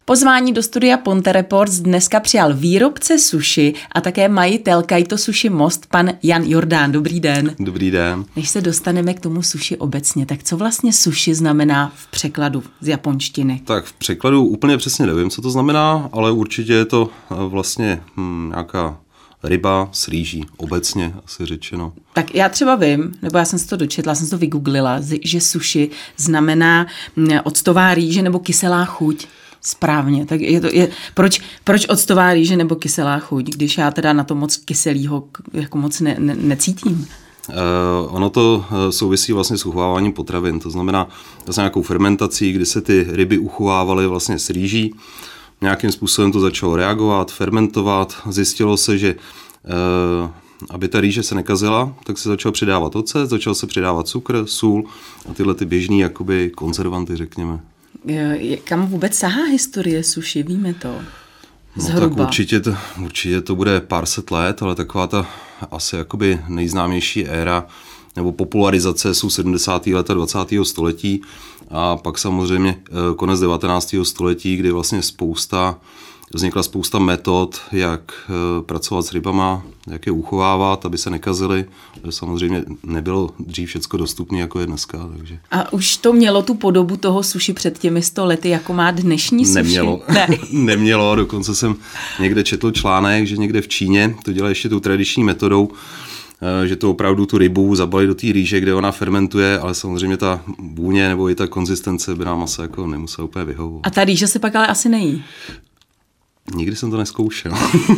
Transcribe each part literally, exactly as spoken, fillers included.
Pozvání do studia Ponte Reports dneska přijal výrobce sushi a také majitel Kaito Sushi Most, pan Jan Jordán. Dobrý den. Dobrý den. Než se dostaneme k tomu sushi obecně, tak co vlastně sushi znamená v překladu z japonštiny? Tak v překladu úplně přesně nevím, co to znamená, ale určitě je to vlastně hm, nějaká ryba s rýží, obecně asi řečeno. Tak já třeba vím, nebo já jsem si to dočetla, jsem si to vygooglila, že sushi znamená octová rýže nebo kyselá chuť. Správně. Tak je to, je, proč, proč octová rýže nebo kyselá chuť, když já teda na to moc kyselýho jako moc ne, ne, necítím? Uh, ono to souvisí vlastně s uchováváním potravin, to znamená vlastně nějakou fermentací, kdy se ty ryby uchovávaly vlastně s rýží. Nějakým způsobem to začalo reagovat, fermentovat. Zjistilo se, že uh, aby ta rýže se nekazila, tak se začal přidávat ocet, začal se přidávat cukr, sůl a tyhle ty běžný jakoby konzervanty, řekněme. Kam vůbec sahá historie sushi, víme to? Zhruba. No tak určitě to, určitě to bude pár set let, ale taková ta asi jakoby nejznámější éra nebo popularizace jsou sedmdesátá léta dvacátého století a pak samozřejmě konec devatenáctého století, kdy vlastně spousta, vznikla spousta metod, jak pracovat s rybama, jak je uchovávat, aby se nekazily. Samozřejmě nebylo dřív všecko dostupné, jako je dneska. Takže. A už to mělo tu podobu toho sushi před těmi sto lety, jako má dnešní sushi? Nemělo. Ne. Nemělo, dokonce jsem někde četl článek, že někde v Číně to dělá ještě tou tradiční metodou, že to opravdu tu rybu zabalí do té rýže, kde ona fermentuje, ale samozřejmě ta vůně nebo i ta konzistence by nám asi jako nemusela úplně vyhovovat. A ta rýže se pak ale asi nejí? Nikdy jsem to neskoušel.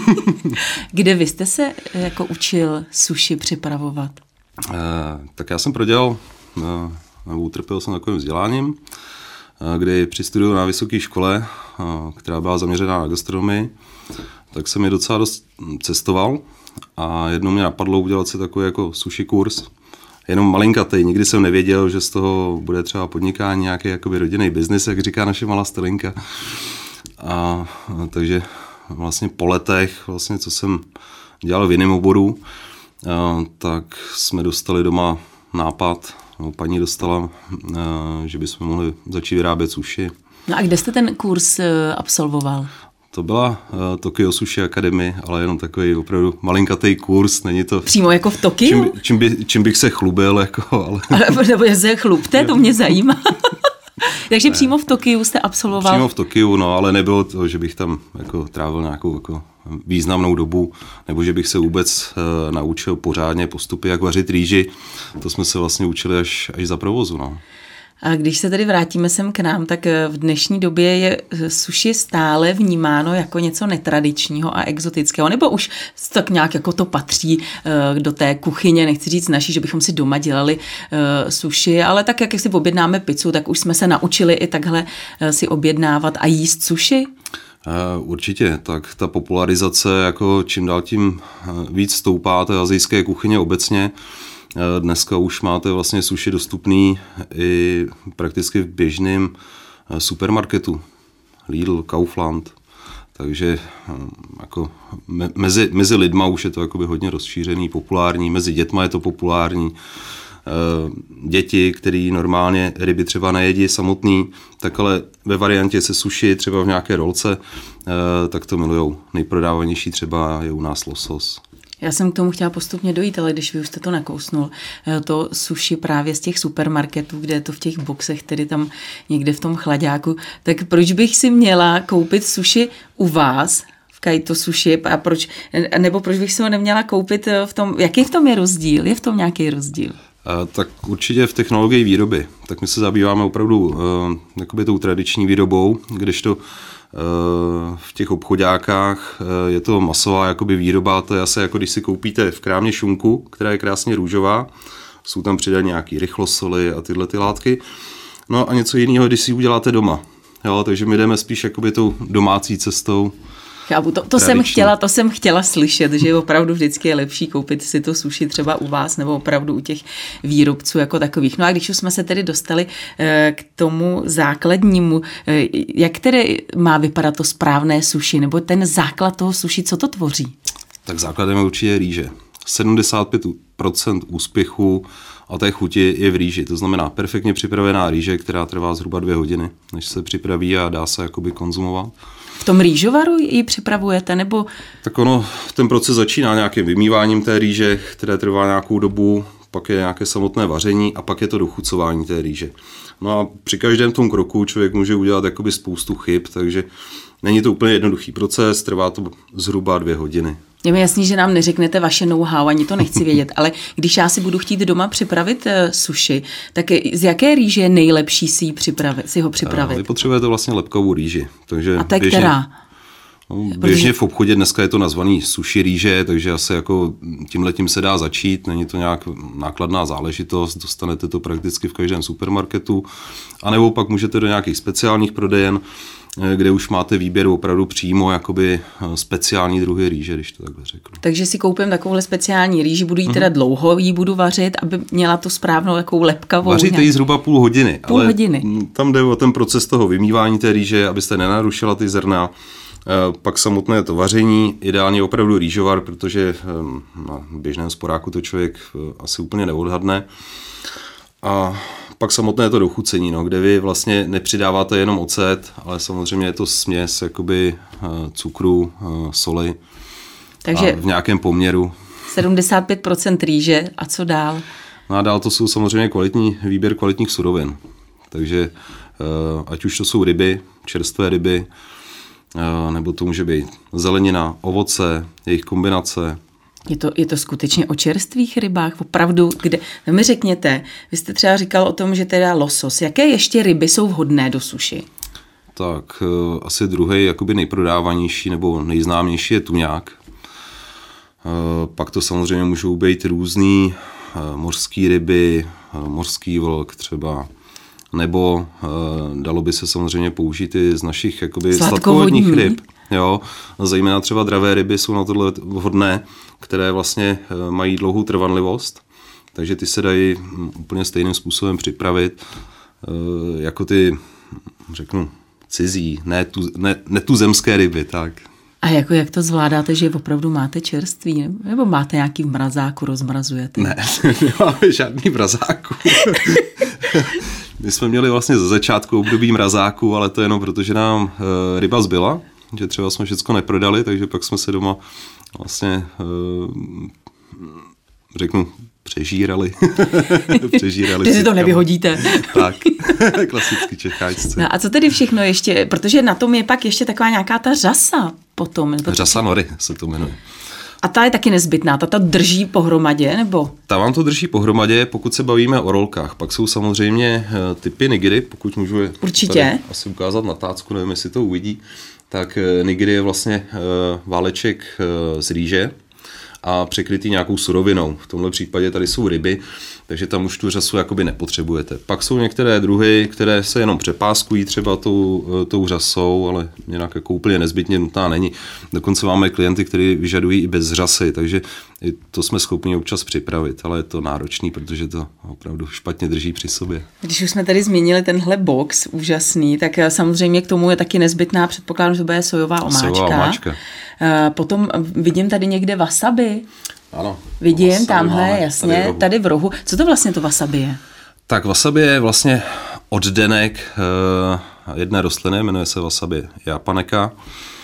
Kde vy jste se jako učil sushi připravovat? Eh, tak já jsem prodělal, eh, nebo utrpěl jsem takovým vzděláním, eh, kdy při studiu na vysoké škole, eh, která byla zaměřená na gastronomii, tak jsem je docela dost cestoval a jednou mě napadlo udělat si takový jako sushi kurz. Jenom malinkatej, nikdy jsem nevěděl, že z toho bude třeba podnikání, nějaký jakoby rodinný biznis, jak říká naše malá Stelinka. A, a takže vlastně po letech, vlastně, co jsem dělal v jiném oboru, a, tak jsme dostali doma nápad, no, paní dostala, a, že bychom mohli začít vyrábět sushi. No a kde jste ten kurz absolvoval? To byla uh, Tokyo Sushi Academy, ale jenom takový opravdu malinkatý kurz, není to... Přímo jako v Tokiu? Čím, čím, by, čím bych se chlubil, jako, ale... ale nebo se chlubte, to mě zajímá. Takže ne. Přímo v Tokiu jste absolvoval? Přímo v Tokiu, no, ale nebylo to, že bych tam jako trávil nějakou jako významnou dobu, nebo že bych se vůbec uh, naučil pořádně postupy, jak vařit rýži. To jsme se vlastně učili až, až za provozu, no. A když se tedy vrátíme sem k nám, tak v dnešní době je sushi stále vnímáno jako něco netradičního a exotického, nebo už tak nějak jako to patří do té kuchyně, nechci říct naší, že bychom si doma dělali sushi, ale tak jak si objednáme pizzu, tak už jsme se naučili i takhle si objednávat a jíst sushi? Určitě, tak ta popularizace jako čím dál tím víc stoupá té asijské kuchyně obecně. Dneska už máte vlastně sushi dostupný i prakticky v běžném supermarketu. Lidl, Kaufland. Takže jako mezi, mezi lidma už je to jakoby hodně rozšířený, populární, mezi dětma je to populární. Děti, který normálně ryby třeba nejedí samotný, tak ale ve variantě se sushi, třeba v nějaké rolce, tak to milujou. Nejprodávanější třeba je u nás losos. Já jsem k tomu chtěla postupně dojít, ale když vy už jste to nakousnul, to sushi právě z těch supermarketů, kde je to v těch boxech, tedy tam někde v tom chladáku, tak proč bych si měla koupit sushi u vás v Kaito Sushi a proč, nebo proč bych si ho neměla koupit v tom, jaký v tom je rozdíl? Je v tom nějaký rozdíl? Tak určitě v technologii výroby. Tak my se zabýváme opravdu uh, jakoby tou tradiční výrobou, kdežto v těch obchodákách je to masová jakoby výroba, to je asi jako když si koupíte v krámě šunku, která je krásně růžová, jsou tam přidané nějaký rychlosoly a tyhle ty látky, no a něco jiného, když si uděláte doma, jo, takže my jdeme spíš jakoby tou domácí cestou. Chápu, to, to jsem chtěla, to jsem chtěla slyšet, že opravdu vždycky je lepší koupit si to sushi třeba u vás nebo opravdu u těch výrobců jako takových. No a když už jsme se tedy dostali k tomu základnímu, jak tedy má vypadat to správné sushi, nebo ten základ toho sushi, co to tvoří? Tak základem je určitě rýže. sedmdesát pět procent úspěchu a té chuti je v rýži. To znamená perfektně připravená rýže, která trvá zhruba dvě hodiny, než se připraví a dá se jakoby konzumovat. V tom rýžovaru ji připravujete, nebo? Tak ono, ten proces začíná nějakým vymýváním té rýže, které trvá nějakou dobu, pak je nějaké samotné vaření a pak je to dochucování té rýže. No a při každém tom kroku člověk může udělat jakoby spoustu chyb, takže není to úplně jednoduchý proces, trvá to zhruba dvě hodiny. Je mi jasný, že nám neřeknete vaše know-how, ani to nechci vědět, ale když já si budu chtít doma připravit uh, sushi, tak z jaké rýže je nejlepší si, ji připravit, si ho připravit? Vy potřebujete vlastně lepkovou rýži. Takže a to je běžně, která? No, běžně v obchodě dneska je to nazvaný sushi rýže, takže asi jako tímhletím se dá začít, není to nějak nákladná záležitost, dostanete to prakticky v každém supermarketu, anebo pak můžete do nějakých speciálních prodejen, kde už máte výběr opravdu přímo jakoby speciální druhy rýže, když to takhle řeknu. Takže si koupím takovouhle speciální rýži, budu jí teda mm-hmm. dlouho jí budu vařit, aby měla tu správnou jakou lepkavou. Vaříte ji zhruba půl hodiny, půl ale hodiny. Tam jde o ten proces toho vymývání té rýže, abyste nenarušila ty zrna. Pak samotné to vaření, ideálně opravdu rýžovar, protože na běžném sporáku to člověk asi úplně neodhadne. A pak samotné to dochucení, no, kde vy vlastně nepřidáváte jenom ocet, ale samozřejmě je to směs jakoby cukru, soli. Takže v nějakém poměru. sedmdesát pět procent rýže a co dál? No a dál to jsou samozřejmě kvalitní výběr kvalitních surovin. Takže ať už to jsou ryby, čerstvé ryby, nebo to může být zelenina, ovoce, jejich kombinace. Je to, je to skutečně o čerstvých rybách? Opravdu, kde? No mi řekněte, vy jste třeba říkal o tom, že teda losos. Jaké ještě ryby jsou vhodné do suši? Tak asi druhý jakoby nejprodávanější nebo nejznámější je tuňák. Pak to samozřejmě můžou být různý mořský ryby, mořský vlk třeba, nebo uh, dalo by se samozřejmě použít i z našich jakoby sladkovodních ryb. Jo, zejména třeba dravé ryby jsou na tohle vhodné, které vlastně uh, mají dlouhou trvanlivost, takže ty se dají um, úplně stejným způsobem připravit, uh, jako ty, řeknu, cizí, ne, tu, ne, ne tuzemské ryby, tak. A jako jak to zvládáte, že opravdu máte čerství, nebo, nebo máte nějaký v mrazáku, rozmrazujete? Ne, nemáme žádný v mrazáku. My jsme měli vlastně ze začátku období mrazáku, ale to jenom proto, že nám e, ryba zbyla, že třeba jsme všechno neprodali, takže pak jsme se doma vlastně, e, řeknu, přežírali. přežírali Ty si to nevyhodíte. Tak, klasicky čecháčce. No a co tedy všechno ještě, protože na tom je pak ještě taková nějaká ta řasa potom. Nebo řasa nory se to jmenuje. A ta je taky nezbytná, ta to drží pohromadě, nebo? Ta vám to drží pohromadě, pokud se bavíme o rolkách. Pak jsou samozřejmě typy nigiri, pokud můžu je Určitě. asi ukázat na tácku, nevím, jestli to uvidí. Tak nigiri je vlastně váleček z rýže a překrytý nějakou surovinou. V tomhle případě tady jsou ryby, takže tam už tu řasu jakoby nepotřebujete. Pak jsou některé druhy, které se jenom přepáskují třeba tou, tou řasou, ale jinak jako úplně nezbytně nutná není. Dokonce máme klienty, kteří vyžadují i bez řasy, takže i to jsme schopni občas připravit, ale je to náročný, protože to opravdu špatně drží při sobě. Když už jsme tady zmínili tenhle box úžasný, tak samozřejmě k tomu je taky nezbytná, předpokládám, že to bude sojová omáčka. Sojová omáčka. Potom vidím tady někde wasabi. Ano. Vidím, tamhle, jasně, tady v, tady v rohu. Co to vlastně to wasabi je? Tak wasabi je vlastně oddenek uh, jedné rostliny, jmenuje se wasabi japaneka.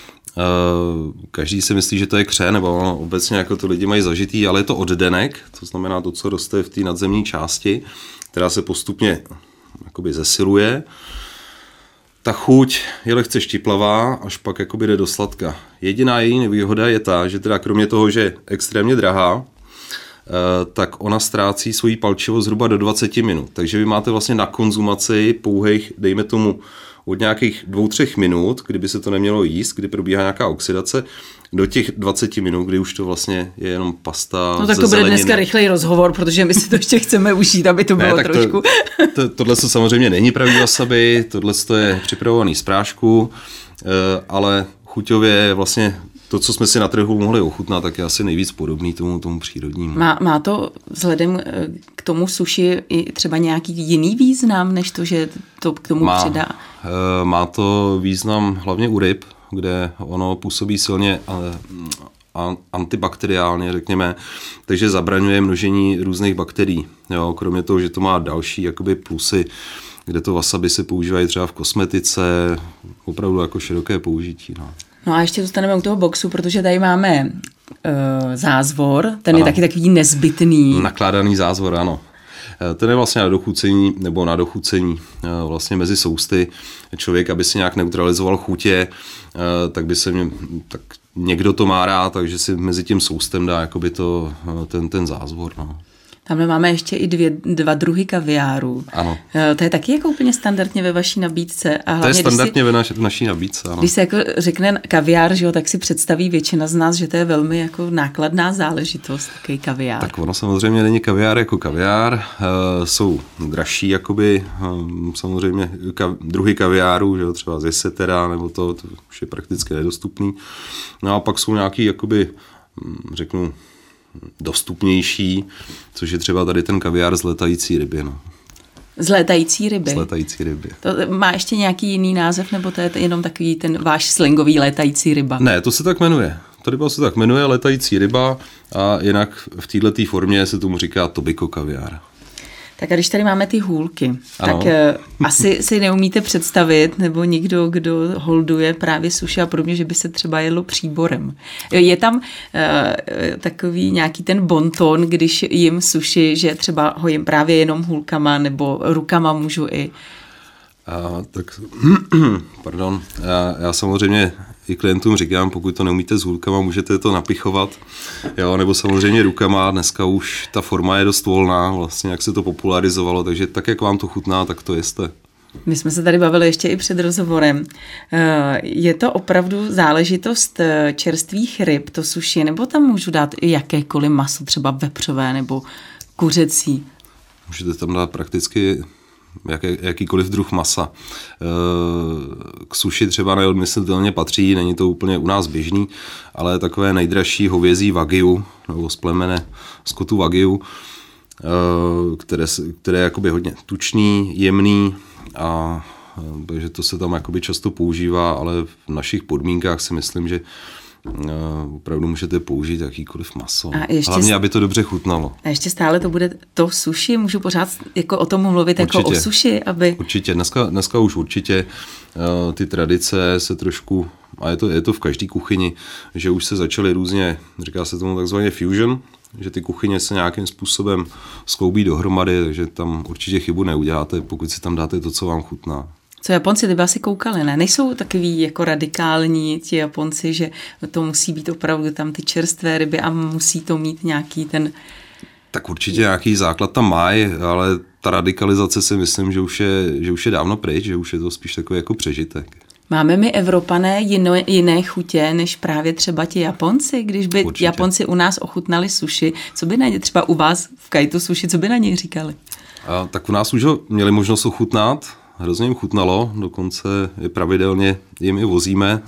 Uh, každý si myslí, že to je kře, nebo ono, obecně jako to lidi mají zažitý, ale je to oddenek, to znamená to, co roste v té nadzemní části, která se postupně jakoby zesiluje. Ta chuť je lehce štiplavá, až pak jakoby jde do sladka. Jediná její nevýhoda je ta, že teda kromě toho, že je extrémně drahá, tak ona ztrácí svoji palčivost zhruba do dvacet minut. Takže vy máte vlastně na konzumaci pouhých, dejme tomu, od nějakých dvou, třech minut, kdyby se to nemělo jíst, kdy probíhá nějaká oxidace, do těch dvacet minut, kdy už to vlastně je jenom pasta. No tak to bude dneska rychlej rozhovor, protože my si to ještě chceme užít, aby to bylo ne, trošku. To, to, tohle to samozřejmě není pravý wasabi, tohle je připravovaný z prášku, ale chuťově je vlastně to, co jsme si na trhu mohli ochutnat, tak je asi nejvíc podobný tomu, tomu přírodnímu. Má, má to vzhledem k tomu suši i třeba nějaký jiný význam, než to, že to k tomu má, přidá? Má to význam hlavně u ryb, kde ono působí silně antibakteriálně, řekněme, takže zabraňuje množení různých bakterií. Jo, kromě toho, že to má další jakoby plusy, kde to wasabi se používají třeba v kosmetice, opravdu jako široké použití. No, no a ještě zůstaneme u toho boxu, protože tady máme uh, zázvor, ten ano. je taky takový nezbytný. Nakládaný zázvor, ano. Ten je vlastně na dochucení, nebo na dochucení vlastně mezi sousty. Člověk, aby si nějak neutralizoval chutě, tak by se mě, tak někdo to má rád, takže si mezi tím soustem dá jakoby to, ten, ten zázvor. No. Tamhle máme ještě i dvě, dva druhy kaviáru. Ano. To je taky jako úplně standardně ve vaší nabídce. A hlavně, to je standardně si, ve naš, naší nabídce, ano. Když se jako řekne kaviár, že jo, tak si představí většina z nás, že to je velmi jako nákladná záležitost, takový kaviár. Tak ono samozřejmě není kaviár jako kaviár, e, jsou dražší jakoby, e, samozřejmě ka, druhy kaviáru, že jo, třeba z Jesetera, nebo to, to už je prakticky nedostupný. No a pak jsou nějaký jakoby, řeknu, dostupnější, což je třeba tady ten kaviár z letající ryby. No. Z létající ryby? Z létající ryby. To má ještě nějaký jiný název, nebo to je jenom takový ten váš slangový létající ryba? Ne, to se tak jmenuje. Ta ryba se tak jmenuje, létající ryba, a jinak v této formě se tomu říká tobiko kaviár. Tak a když tady máme ty hůlky, ano. tak uh, asi si neumíte představit, nebo někdo, kdo holduje právě suši a podobně, že by se třeba jedlo příborem. Je tam uh, takový nějaký ten bonton, když jim suši, že třeba ho jim právě jenom hůlkama nebo rukama můžu i... A, tak, pardon, já, já samozřejmě i klientům říkám, pokud to neumíte s hůlkama, můžete to napichovat, jo, nebo samozřejmě rukama, dneska už ta forma je dost volná, vlastně jak se to popularizovalo, takže tak, jak vám to chutná, tak to jeste. My jsme se tady bavili ještě i před rozhovorem. Je to opravdu záležitost čerstvých ryb, to suši, nebo tam můžu dát i jakékoliv maso, třeba vepřové nebo kuřecí? Můžete tam dát prakticky jaký, jakýkoliv druh masa. K suši třeba neodmyslitelně patří, není to úplně u nás běžný, ale takové nejdražší hovězí wagyu, nebo z plemene skotu wagyu, které, které je jakoby hodně tučný, jemný, a takže to se tam jakoby často používá, ale v našich podmínkách si myslím, že Uh, opravdu můžete použít jakýkoliv maso. Hlavně, aby to dobře chutnalo. A ještě stále to bude to suši? Můžu pořád jako o tom mluvit určitě, jako o suši? Aby... Určitě. Dneska, dneska už určitě uh, ty tradice se trošku, a je to, je to v každé kuchyni, že už se začaly různě, říká se tomu takzvaně fusion, že ty kuchyně se nějakým způsobem skloubí dohromady, takže tam určitě chybu neuděláte, pokud si tam dáte to, co vám chutná. Co Japonci, ty by asi koukali, ne? Nejsou takový jako radikální ti Japonci, že to musí být opravdu tam ty čerstvé ryby a musí to mít nějaký ten... Tak určitě nějaký základ tam mají, ale ta radikalizace si myslím, že už je, že už je dávno pryč, že už je to spíš takový jako přežitek. Máme my Evropané jiné, jiné chutě, než právě třeba ti Japonci? Když by určitě. Japonci u nás ochutnali suši, co by na ně třeba u vás v Kaitu suši, co by na něj říkali? A, tak u nás už měli možnost ochutnat, hrozně jim chutnalo, dokonce je pravidelně jim i vozíme.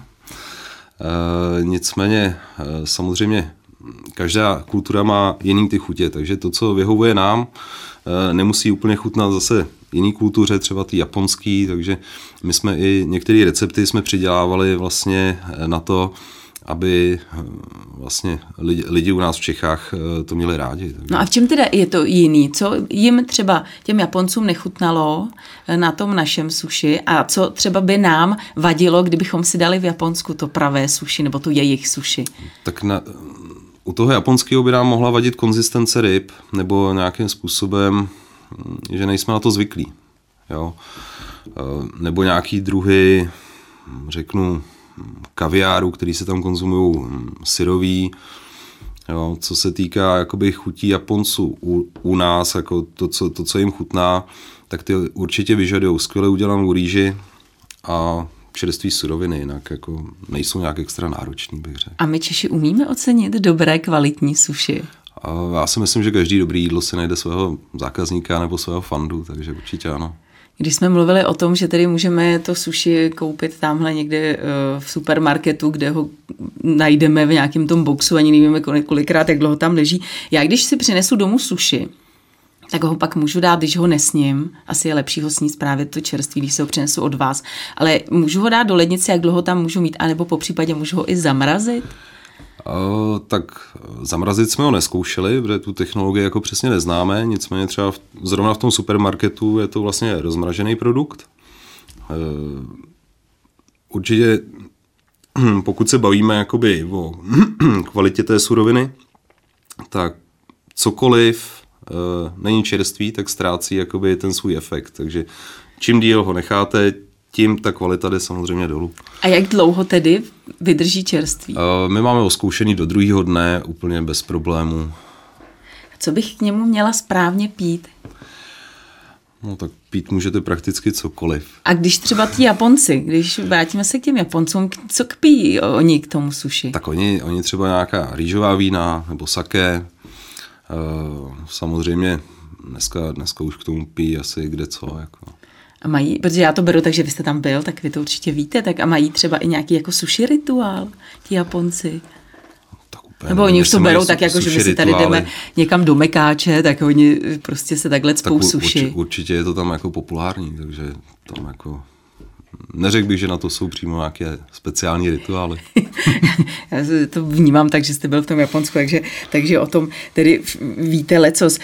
E, nicméně e, samozřejmě každá kultura má jiný ty chutě, takže to, co vyhovuje nám, e, nemusí úplně chutnat zase jiný kultuře, třeba ty japonský, takže my jsme i některé recepty jsme přidělávali vlastně na to, aby vlastně lidi, lidi u nás v Čechách to měli rádi. Takže. No a v čem teda je to jiný? Co jim třeba těm Japoncům nechutnalo na tom našem suši a co třeba by nám vadilo, kdybychom si dali v Japonsku to pravé suši nebo tu jejich suši? Tak na, u toho japonského by nám mohla vadit konzistence ryb nebo nějakým způsobem, že nejsme na to zvyklí. Jo? Nebo nějaký druhy, řeknu, kaviáru, který se tam konzumují syrový. Jo, co se týká jakoby chutí Japonců u, u nás, jako to co, to, co jim chutná, tak ty určitě vyžadují skvěle udělanou rýži a čerství suroviny, jinak jako nejsou nějak extra náročný, bych řekl. A my Češi umíme ocenit dobré kvalitní suši? A já si myslím, že každý dobrý jídlo si najde svého zákazníka nebo svého fandu, takže určitě ano. Když jsme mluvili o tom, že tedy můžeme to suši koupit tamhle někde v supermarketu, kde ho najdeme v nějakém tom boxu, ani nevíme kolikrát, jak dlouho tam leží. Já když si přinesu domů suši, tak ho pak můžu dát, když ho nesním. Asi je lepší ho sníst právě to čerství, když se ho přinesu od vás. Ale můžu ho dát do lednice, jak dlouho tam můžu mít, anebo po případě můžu ho i zamrazit? Uh, tak zamrazit jsme ho neskoušeli, protože tu technologii jako přesně neznáme, nicméně třeba v, zrovna v tom supermarketu je to vlastně rozmražený produkt. Uh, určitě pokud se bavíme jakoby o kvalitě té suroviny, tak cokoliv uh, není čerstvý, tak ztrácí jakoby ten svůj efekt. Takže čím díl ho necháte, tím ta kvalita jde samozřejmě dolů. A jak dlouho tedy vydrží čerství? Uh, my máme oskoušený do druhého dne úplně bez problémů. Co bych k němu měla správně pít? No tak pít můžete prakticky cokoliv. A když třeba ti Japonci, když vrátíme se k těm Japoncům, co kpijí oni k tomu suši? Tak oni, oni třeba nějaká rýžová vína nebo saké. Uh, samozřejmě dneska, dneska už k tomu pijí asi kde co. Jako. A mají, protože já to beru, takže vy jste tam byl, tak vy to určitě víte, tak a mají třeba i nějaký jako sushi rituál, ti Japonci? Nebo oni už to berou tak, jako že my si tady jdeme někam do Mekáče, tak oni prostě se takhle cpou tak suši. Určitě, určitě je to tam jako populární, takže tam jako... Neřekl bych, že na to jsou přímo nějaké speciální rituály. Já to vnímám tak, že jste byl v tom Japonsku, takže, takže o tom tedy víte lecos.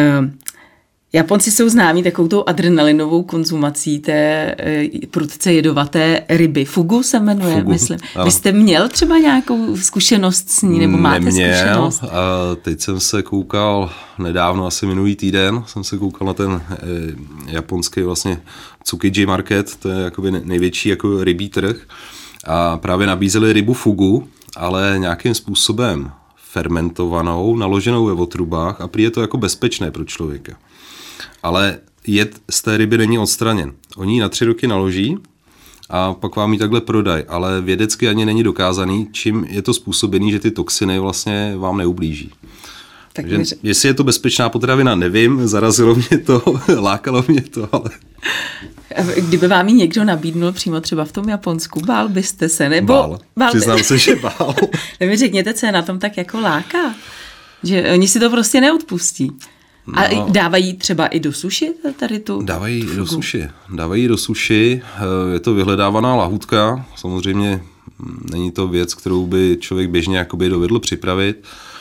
Japonci jsou známí takovou tou adrenalinovou konzumací té prudce jedovaté ryby. Fugu se jmenuje, Fugu. myslím. Vy jste měl třeba nějakou zkušenost s ní, nebo máte Neměl, zkušenost? A teď jsem se koukal nedávno, asi minulý týden, jsem se koukal na ten eh, japonský vlastně Tsukiji market, to je jakoby největší jako rybí trh. A právě nabízeli rybu fugu, ale nějakým způsobem fermentovanou, naloženou ve otrubách a prý je to jako bezpečné pro člověka. Ale jed z té ryby není odstraněn. Oni ji na tři roky naloží a pak vám ji takhle prodají, ale vědecky ani není dokázaný, čím je to způsobený, že ty toxiny vlastně vám neublíží. Tak Takže, že... Jestli je to bezpečná potravina, nevím, zarazilo mě to, lákalo mě to, ale... Kdyby vám ji někdo nabídnul přímo třeba v tom Japonsku, bál byste se, nebo... Bál, bál přiznám by... se, že bál. Tak mi řekněte, co je na tom tak jako láká, že oni si to prostě neodpustí. A no, dávají třeba i do suši tady tu? Dávají i do suši. Dávají do suši, je to vyhledávaná lahůdka, samozřejmě není to věc, kterou by člověk běžně jakoby dovedl připravit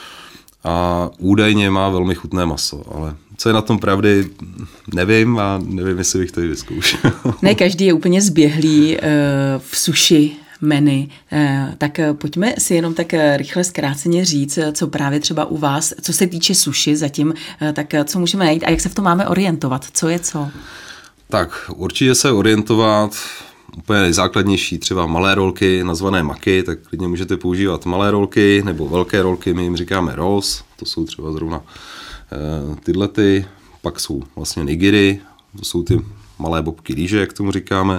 a údajně má velmi chutné maso, ale co je na tom pravdy, nevím a nevím, jestli bych to i vyzkoušel. Ne, každý je úplně zběhlý v suši menu, tak pojďme si jenom tak rychle zkráceně říct, co právě třeba u vás, co se týče suši zatím, tak co můžeme najít a jak se v tom máme orientovat, co je co? Tak určitě se orientovat, úplně nejzákladnější, třeba malé rolky nazvané maky, tak klidně můžete používat malé rolky nebo velké rolky, my jim říkáme rolls, to jsou třeba zrovna tyhle ty, pak jsou vlastně nigiri, to jsou ty malé bobky rýže, jak tomu říkáme.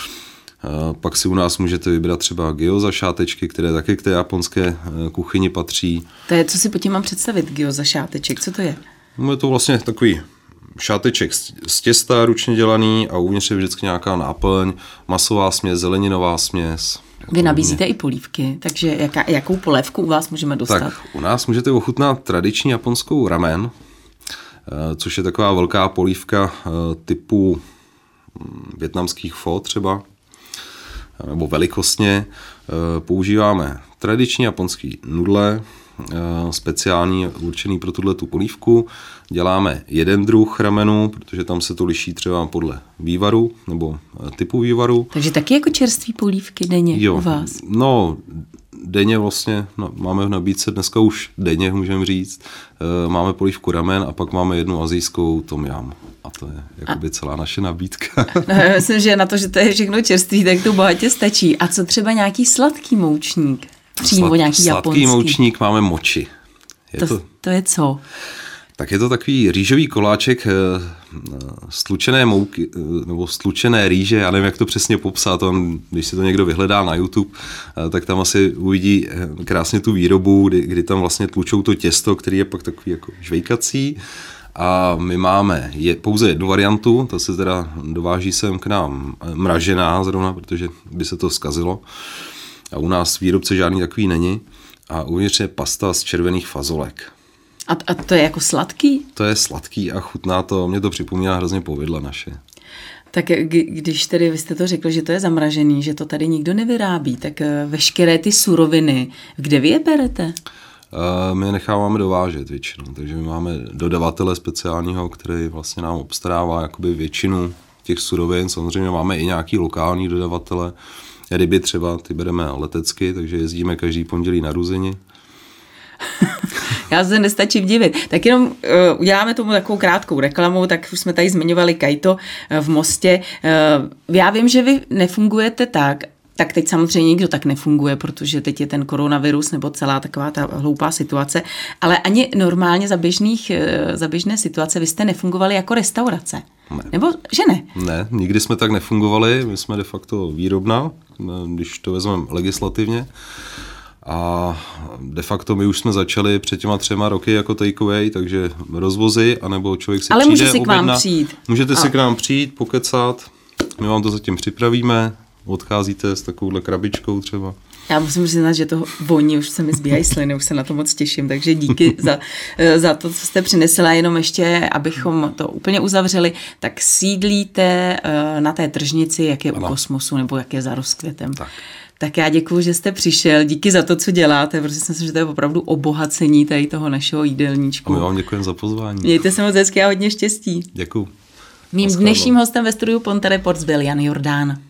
Pak si u nás můžete vybrat třeba gyoza šátečky, které taky k té japonské kuchyni patří. To je, co si pod tím mám představit, gyoza šáteček, co to je? No je to vlastně takový šáteček z těsta ručně dělaný a uvnitř je vždycky nějaká náplň, masová směs, zeleninová směs. Vy nabízíte i polívky, takže jaká, jakou polévku u vás můžeme dostat? Tak u nás můžete ochutnat tradiční japonskou ramen, což je taková velká polívka typu vietnamských pho třeba, nebo velikostně. Používáme tradiční japonský nudle, speciální, určený pro tuhle tu polívku. Děláme jeden druh ramenu, protože tam se to liší třeba podle vývaru nebo typu vývaru. Takže taky jako čerství polívky denně jo, u vás? No, denně vlastně, no, máme v nabídce dneska už denně, můžeme říct. Máme polívku ramen a pak máme jednu asijskou tom yum. A to je jakoby celá naše nabídka. No, já myslím, že na to, že to je všechno čerství, tak to bohatě stačí. A co třeba nějaký sladký moučník? Přímo Slad, nějaký sladký japonský. moučník máme mochi. Je to, to, to je co? Tak je to takový rýžový koláček stlučené mouky, nebo stlučené rýže, já nevím, jak to přesně popsat, tam, když si to někdo vyhledá na YouTube, tak tam asi uvidí krásně tu výrobu, kdy, kdy tam vlastně tlučou to těsto, který je pak takový jako žvejkací. A my máme je, pouze jednu variantu, ta se teda dováží sem k nám mražená zrovna, protože by se to zkazilo. A u nás výrobce žádný takový není. A uvnitř je pasta z červených fazolek. A, a to je jako sladký? To je sladký a chutná to, mě to připomíná hrozně povidla naše. Tak když tedy vy jste to řekl, že to je zamražený, že to tady nikdo nevyrábí, tak veškeré ty suroviny, kde vy je berete? My je necháváme dovážet většinou, takže my máme dodavatele speciálního, který vlastně nám obstarává jakoby většinu těch surovin. Samozřejmě máme i nějaký lokální dodavatele. Ryby třeba, ty bereme letecky, takže jezdíme každý pondělí na Ruzini. Já se nestačím divit. Tak jenom uh, uděláme tomu takovou krátkou reklamu, tak už jsme tady zmiňovali Kajto uh, v Mostě. Uh, já vím, že vy nefungujete tak, tak teď samozřejmě nikdo tak nefunguje, protože teď je ten koronavirus nebo celá taková ta hloupá situace, ale ani normálně za, běžných, za běžné situace vy jste nefungovali jako restaurace. Ne. Nebo že ne? Ne, nikdy jsme tak nefungovali, my jsme de facto výrobna, když to vezmeme legislativně. A de facto my už jsme začali před těma třema roky jako takeaway, takže rozvozy, anebo člověk si ale přijde, může si objedna. K vám přijít. Můžete a... si k nám přijít, pokecat, my vám to zatím připravíme, odcházíte s takovouhle krabičkou třeba. Já musím přiznat, že to voní, už se mi zbíhají sliny, už se na to moc těším, takže díky za, za to, co jste přinesla, jenom ještě, abychom to úplně uzavřeli, tak sídlíte na té tržnici, jak je ano. u Kosmosu, nebo jak je za Rozkvětem. Tak. Tak já děkuju, že jste přišel, díky za to, co děláte, protože si myslím, že to je opravdu obohacení tady toho našeho jídelníčku. A my vám děkujeme za pozvání. Mějte se moc hezky a hodně štěstí. Děkuju. Mým dnešním hostem ve studiu Ponte Reports byl Jan Jordán.